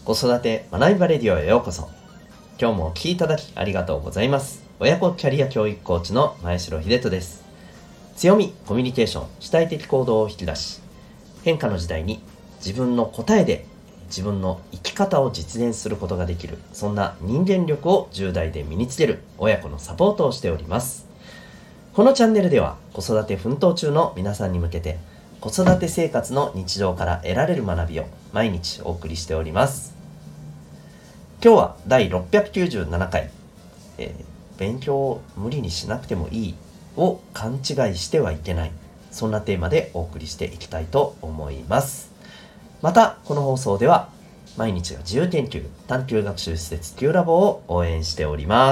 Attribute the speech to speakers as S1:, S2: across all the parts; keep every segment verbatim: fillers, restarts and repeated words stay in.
S1: 子育て学びバレディオへようこそ。今日もお聞きいただきありがとうございます。親子キャリア教育コーチの前城秀人です。強み、コミュニケーション、主体的行動を引き出し、変化の時代に自分の答えで自分の生き方を実現することができる、そんな人間力をじゅう代で身につける親子のサポートをしております。このチャンネルでは子育て奮闘中の皆さんに向けて、子育て生活の日常から得られる学びを毎日お送りしております。今日はだいろっぴゃくきゅうじゅうななかい、えー、勉強を無理にしなくてもいいを勘違いしてはいけない、そんなテーマでお送りしていきたいと思います。またこの放送では毎日が自由研究探究学習施設 Q ラボを応援しております。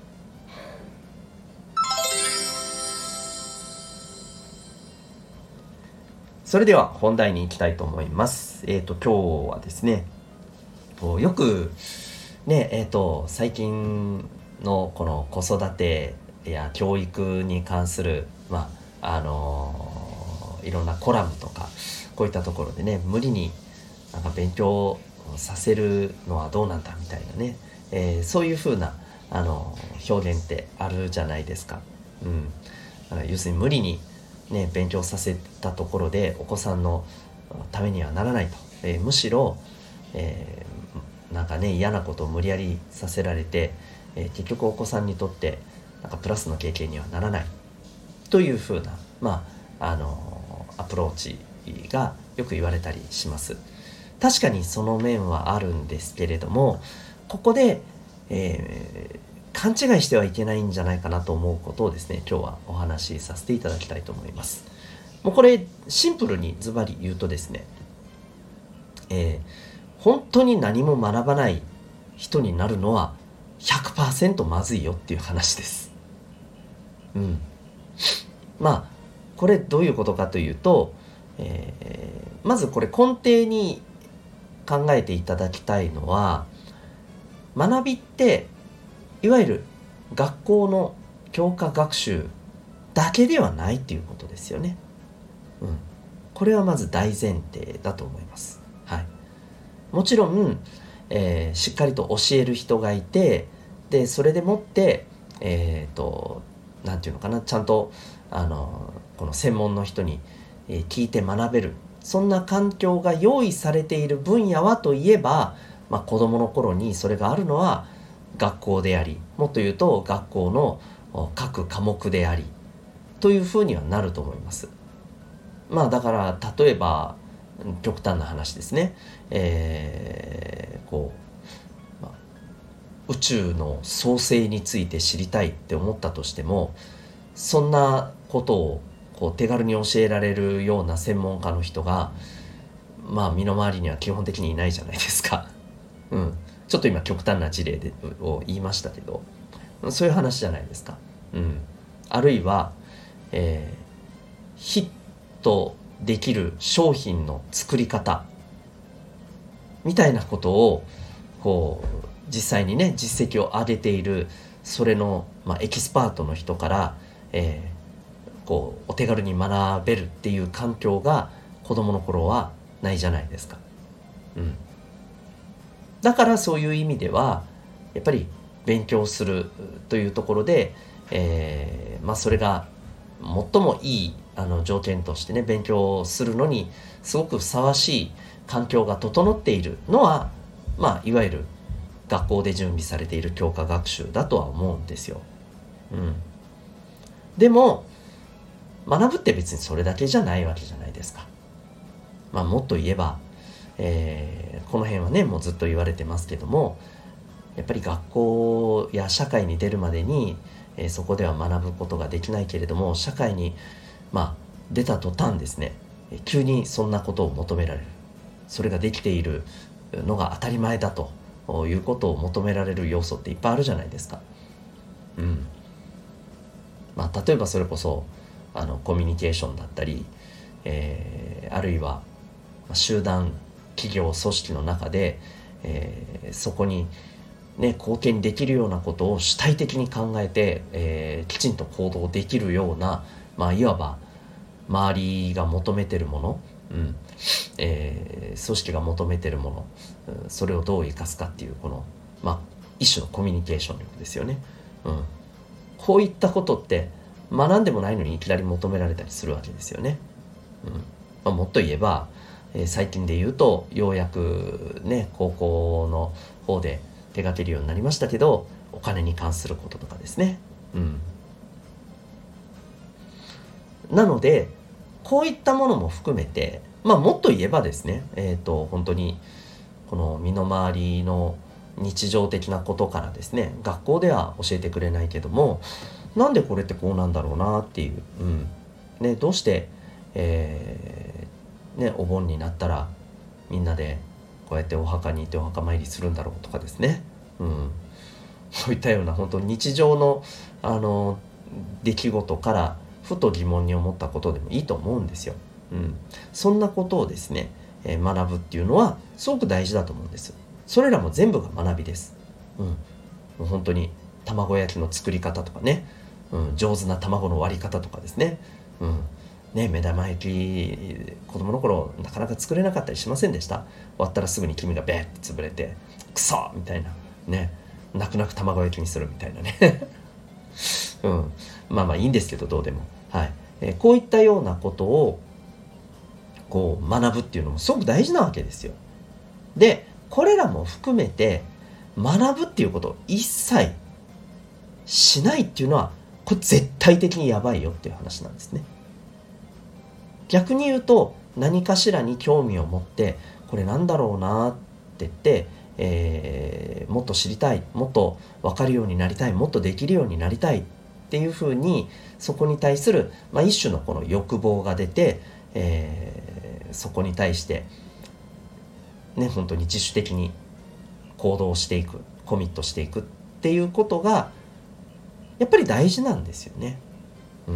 S1: それでは本題に行きたいと思います。えっと今日はですね、よくねえっと最近のこの子育てや教育に関するまああのいろんなコラムとかこういったところでね、無理になんか勉強させるのはどうなんだみたいなね、えー、そういう風なあの表現ってあるじゃないですか。うん、だから要するに無理にね、勉強させたところでお子さんのためにはならないと、えー、むしろ、えー、なんかね嫌なことを無理やりさせられて、えー、結局お子さんにとってなんかプラスの経験にはならないというふうな、まああのー、アプローチがよく言われたりします。確かにその面はあるんですけれども、ここで、えー勘違いしてはいけないんじゃないかなと思うことをですね、今日はお話しさせていただきたいと思います。もうこれシンプルにズバリ言うとですね、えー、本当に何も学ばない人になるのは ひゃくパーセント まずいよっていう話です。うん。まあこれどういうことかというと、えー、まずこれ根底に考えていただきたいのは、学びっていわゆる学校の教科学習だけではないっていうことですよね。うん、これはまず大前提だと思います。はい。もちろん、えー、しっかりと教える人がいて、でそれでもってえっとなんていうのかな、ちゃんとあのこの専門の人に、えー、聞いて学べる、そんな環境が用意されている分野はといえば、まあ、子どもの頃にそれがあるのは学校であり、もっと言うと学校の各科目でありというふうにはなると思います。まあだから例えば極端な話ですね、えー、こう、まあ、宇宙の創生について知りたいって思ったとしても、そんなことをこう手軽に教えられるような専門家の人がまあ身の回りには基本的にいないじゃないですか。うん。ちょっと今極端な事例でを言いましたけど、そういう話じゃないですか。うん、あるいは、えー、ヒットできる商品の作り方みたいなことをこう実際にね実績を上げているそれの、まあ、エキスパートの人から、えー、こうお手軽に学べるっていう環境が子どもの頃はないじゃないですか。うんだからそういう意味ではやっぱり勉強するというところで、えー、まあそれが最もいいあの条件としてね、勉強するのにすごくふさわしい環境が整っているのは、まあいわゆる学校で準備されている教科学習だとは思うんですよ。うん。でも学ぶって別にそれだけじゃないわけじゃないですか。まあもっと言えば、えー、この辺はねもうずっと言われてますけども、やっぱり学校や社会に出るまでに、えー、そこでは学ぶことができないけれども、社会にまあ出た途端ですね、急にそんなことを求められる、それができているのが当たり前だということを求められる要素っていっぱいあるじゃないですか。うん。まあ例えばそれこそあのコミュニケーションだったり、えー、あるいは集団企業組織の中で、えー、そこに、ね、貢献できるようなことを主体的に考えて、えー、きちんと行動できるような、まあ、いわば周りが求めてるもの、うん、 えー、組織が求めてるもの、それをどう生かすかっていうこの、まあ、一種のコミュニケーション力ですよね、うん、こういったことって学んでもないのにいきなり求められたりするわけですよね、うんまあ、もっと言えば、えー、最近で言うとようやくね高校の方で手掛けるようになりましたけど、お金に関することとかですね、うん、なのでこういったものも含めて、まあもっと言えばですね、えっと本当にこの身の回りの日常的なことからですね、学校では教えてくれないけども、なんでこれってこうなんだろうなっていう、うんね、どうして、えーね、お盆になったらみんなでこうやってお墓に行ってお墓参りするんだろうとかですね、うん、そういったような本当に日常のあの出来事からふと疑問に思ったことでもいいと思うんですよ、うん、そんなことをですね、えー学ぶっていうのはすごく大事だと思うんです。それらも全部が学びです、うん、もう本当に卵焼きの作り方とかね、うん、上手な卵の割り方とかですね、うんね、目玉焼き子供の頃なかなか作れなかったりしませんでした？割ったらすぐに黄身がベーって潰れてクソみたいなね、泣く泣く卵焼きにするみたいなねうん、まあまあいいんですけどどうでも、はいえーこういったようなことをこう学ぶっていうのもすごく大事なわけですよ。でこれらも含めて学ぶっていうことを一切しないっていうのはこれ絶対的にやばいよっていう話なんですね。逆に言うと何かしらに興味を持ってこれなんだろうなって言って、えーもっと知りたい、もっと分かるようになりたい、もっとできるようになりたいっていうふうにそこに対する、まあ、一種のこの欲望が出て、えーそこに対してね本当に自主的に行動していく、コミットしていくっていうことがやっぱり大事なんですよね。うん、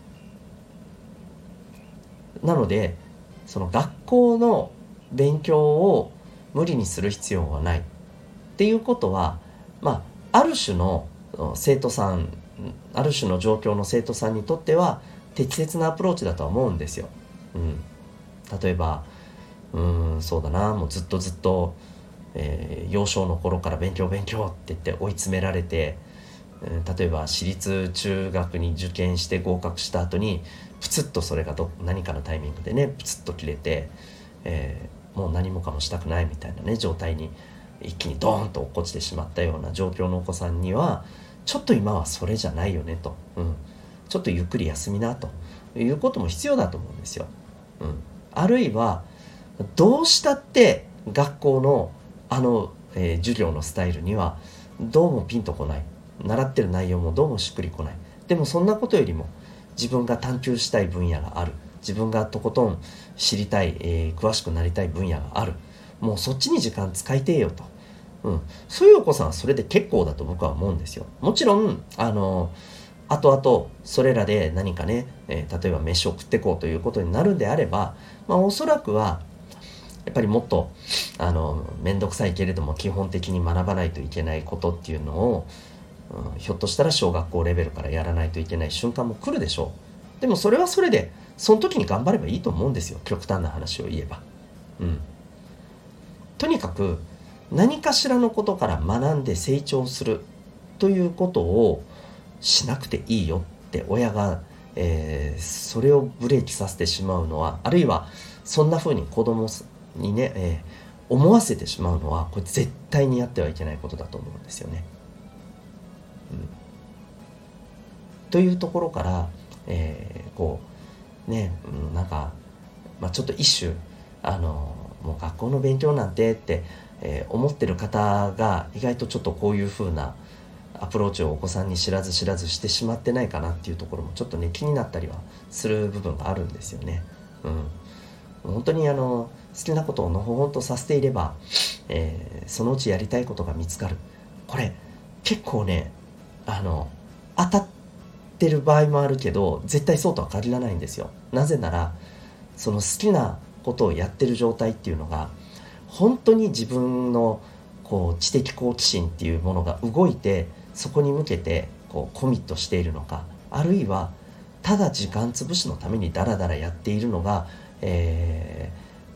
S1: なのでその学校の勉強を無理にする必要はないっていうことは、まあ、ある種の生徒さん、ある種の状況の生徒さんにとっては適切なアプローチだとは思うんですよ。うん、例えばうーんそうだな、もうずっとずっと、えー幼少の頃から勉強勉強って言って追い詰められて、えー例えば私立中学に受験して合格した後にプツッとそれがど何かのタイミングでねプツッと切れて、えーもう何もかもしたくないみたいなね状態に一気にドーンと落っこちてしまったような状況のお子さんにはちょっと今はそれじゃないよねと、うん、ちょっとゆっくり休みなということも必要だと思うんですよ。うん、あるいはどうしたって学校のあの、えー授業のスタイルにはどうもピンとこない、習ってる内容もどうもしっくりこない。でもそんなことよりも自分が探求したい分野がある、自分がとことん知りたい、えー詳しくなりたい分野がある、もうそっちに時間使いてえよと、うん、そういうお子さんはそれで結構だと僕は思うんですよ。もちろんあの後々それらで何かね、えー例えば飯を食ってこうということになるんであれば、まあ、おそらくはやっぱりもっとあの面倒くさいけれども基本的に学ばないといけないことっていうのを、うん、ひょっとしたら小学校レベルからやらないといけない瞬間も来るでしょう。でもそれはそれでその時に頑張ればいいと思うんですよ、極端な話を言えば。うん、とにかく何かしらのことから学んで成長するということをしなくていいよって親が、えーそれをブレーキさせてしまうのは、あるいはそんな風に子供にね、えー思わせてしまうのはこれ絶対にやってはいけないことだと思うんですよね。うん、というところから、えーこうね、うん、なんか、まあ、ちょっと一種あのもう学校の勉強なんてって、えー思ってる方が意外とちょっとこういう風なアプローチをお子さんに知らず知らずしてしまってないかなっていうところもちょっとね気になったりはする部分があるんですよね。うん、本当にあの好きなことをのほほんとさせていれば、えーそのうちやりたいことが見つかる。これ結構ねあの当たってる場合もあるけど絶対そうとは限らないんですよ。なぜならその好きなことをやってる状態っていうのが本当に自分のこう知的好奇心っていうものが動いてそこに向けてこうコミットしているのか、あるいはただ時間潰しのためにダラダラやっているのが、えー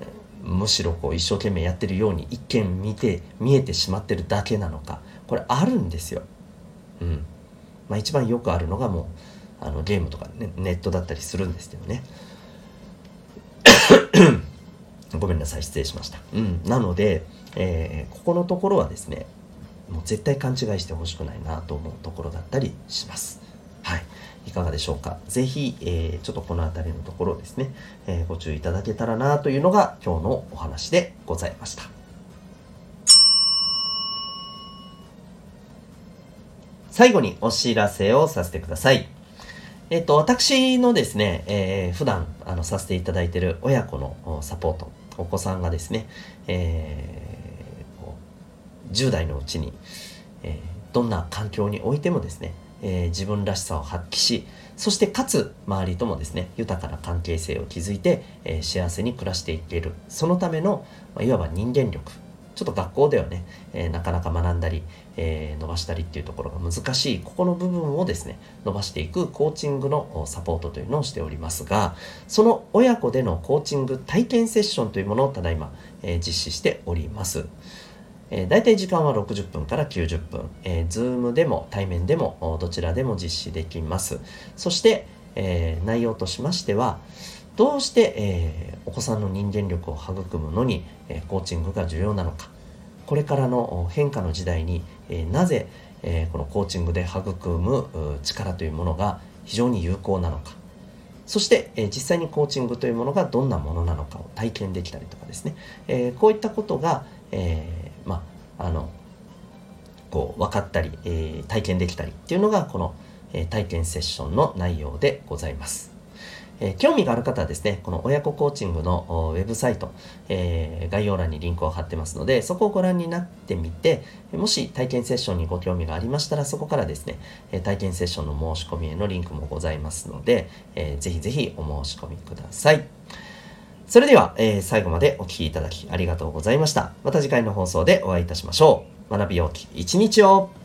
S1: むしろこう一生懸命やってるように一見見て見えてしまってるだけなのか、これあるんですよ。うんまあ、一番よくあるのがもうあのゲームとか、ね、ネットだったりするんですけどねごめんなさい、失礼しました。うん、なので、えー、ここのところはですね、もう絶対勘違いしてほしくないなと思うところだったりします。はい、いかがでしょうか。ぜひ、えー、ちょっとこのあたりのところをですね、えー、ご注意いただけたらなというのが今日のお話でございました。最後にお知らせをさせてください。えっと、私のですね、えー、普段あのさせていただいている親子のサポート、お子さんがですね、えー、じゅう代のうちに、えー、どんな環境においてもですね、えー、自分らしさを発揮し、そしてかつ周りともですね、豊かな関係性を築いて、えー、幸せに暮らしていける、そのための、まあ、いわば人間力、ちょっと学校ではね、えー、なかなか学んだり、えー、伸ばしたりっていうところが難しいここの部分をですね伸ばしていくコーチングのサポートというのをしておりますが、その親子でのコーチング体験セッションというものをただいま、えー、実施しております。えー、だいたい時間はろくじゅっぷんからきゅうじゅっぷん、えー、Zoom でも対面でもどちらでも実施できます。そして、えー、内容としましては、どうして、えー、お子さんの人間力を育むのに、えー、コーチングが重要なのか、これからの変化の時代に、えー、なぜ、えー、このコーチングで育む力というものが非常に有効なのか、そして、えー、実際にコーチングというものがどんなものなのかを体験できたりとかですね、えー、こういったことが、えー、まああのこう分かったり、えー、体験できたりっていうのがこの、えー、体験セッションの内容でございます。えー、興味がある方はですね、この親子コーチングのウェブサイト、えー、概要欄にリンクを貼ってますので、そこをご覧になってみて、もし体験セッションにご興味がありましたら、そこからですね、体験セッションの申し込みへのリンクもございますので、えー、ぜひぜひお申し込みください。それでは、えー、最後までお聞きいただきありがとうございました。また次回の放送でお会いいたしましょう。学びようき一日を。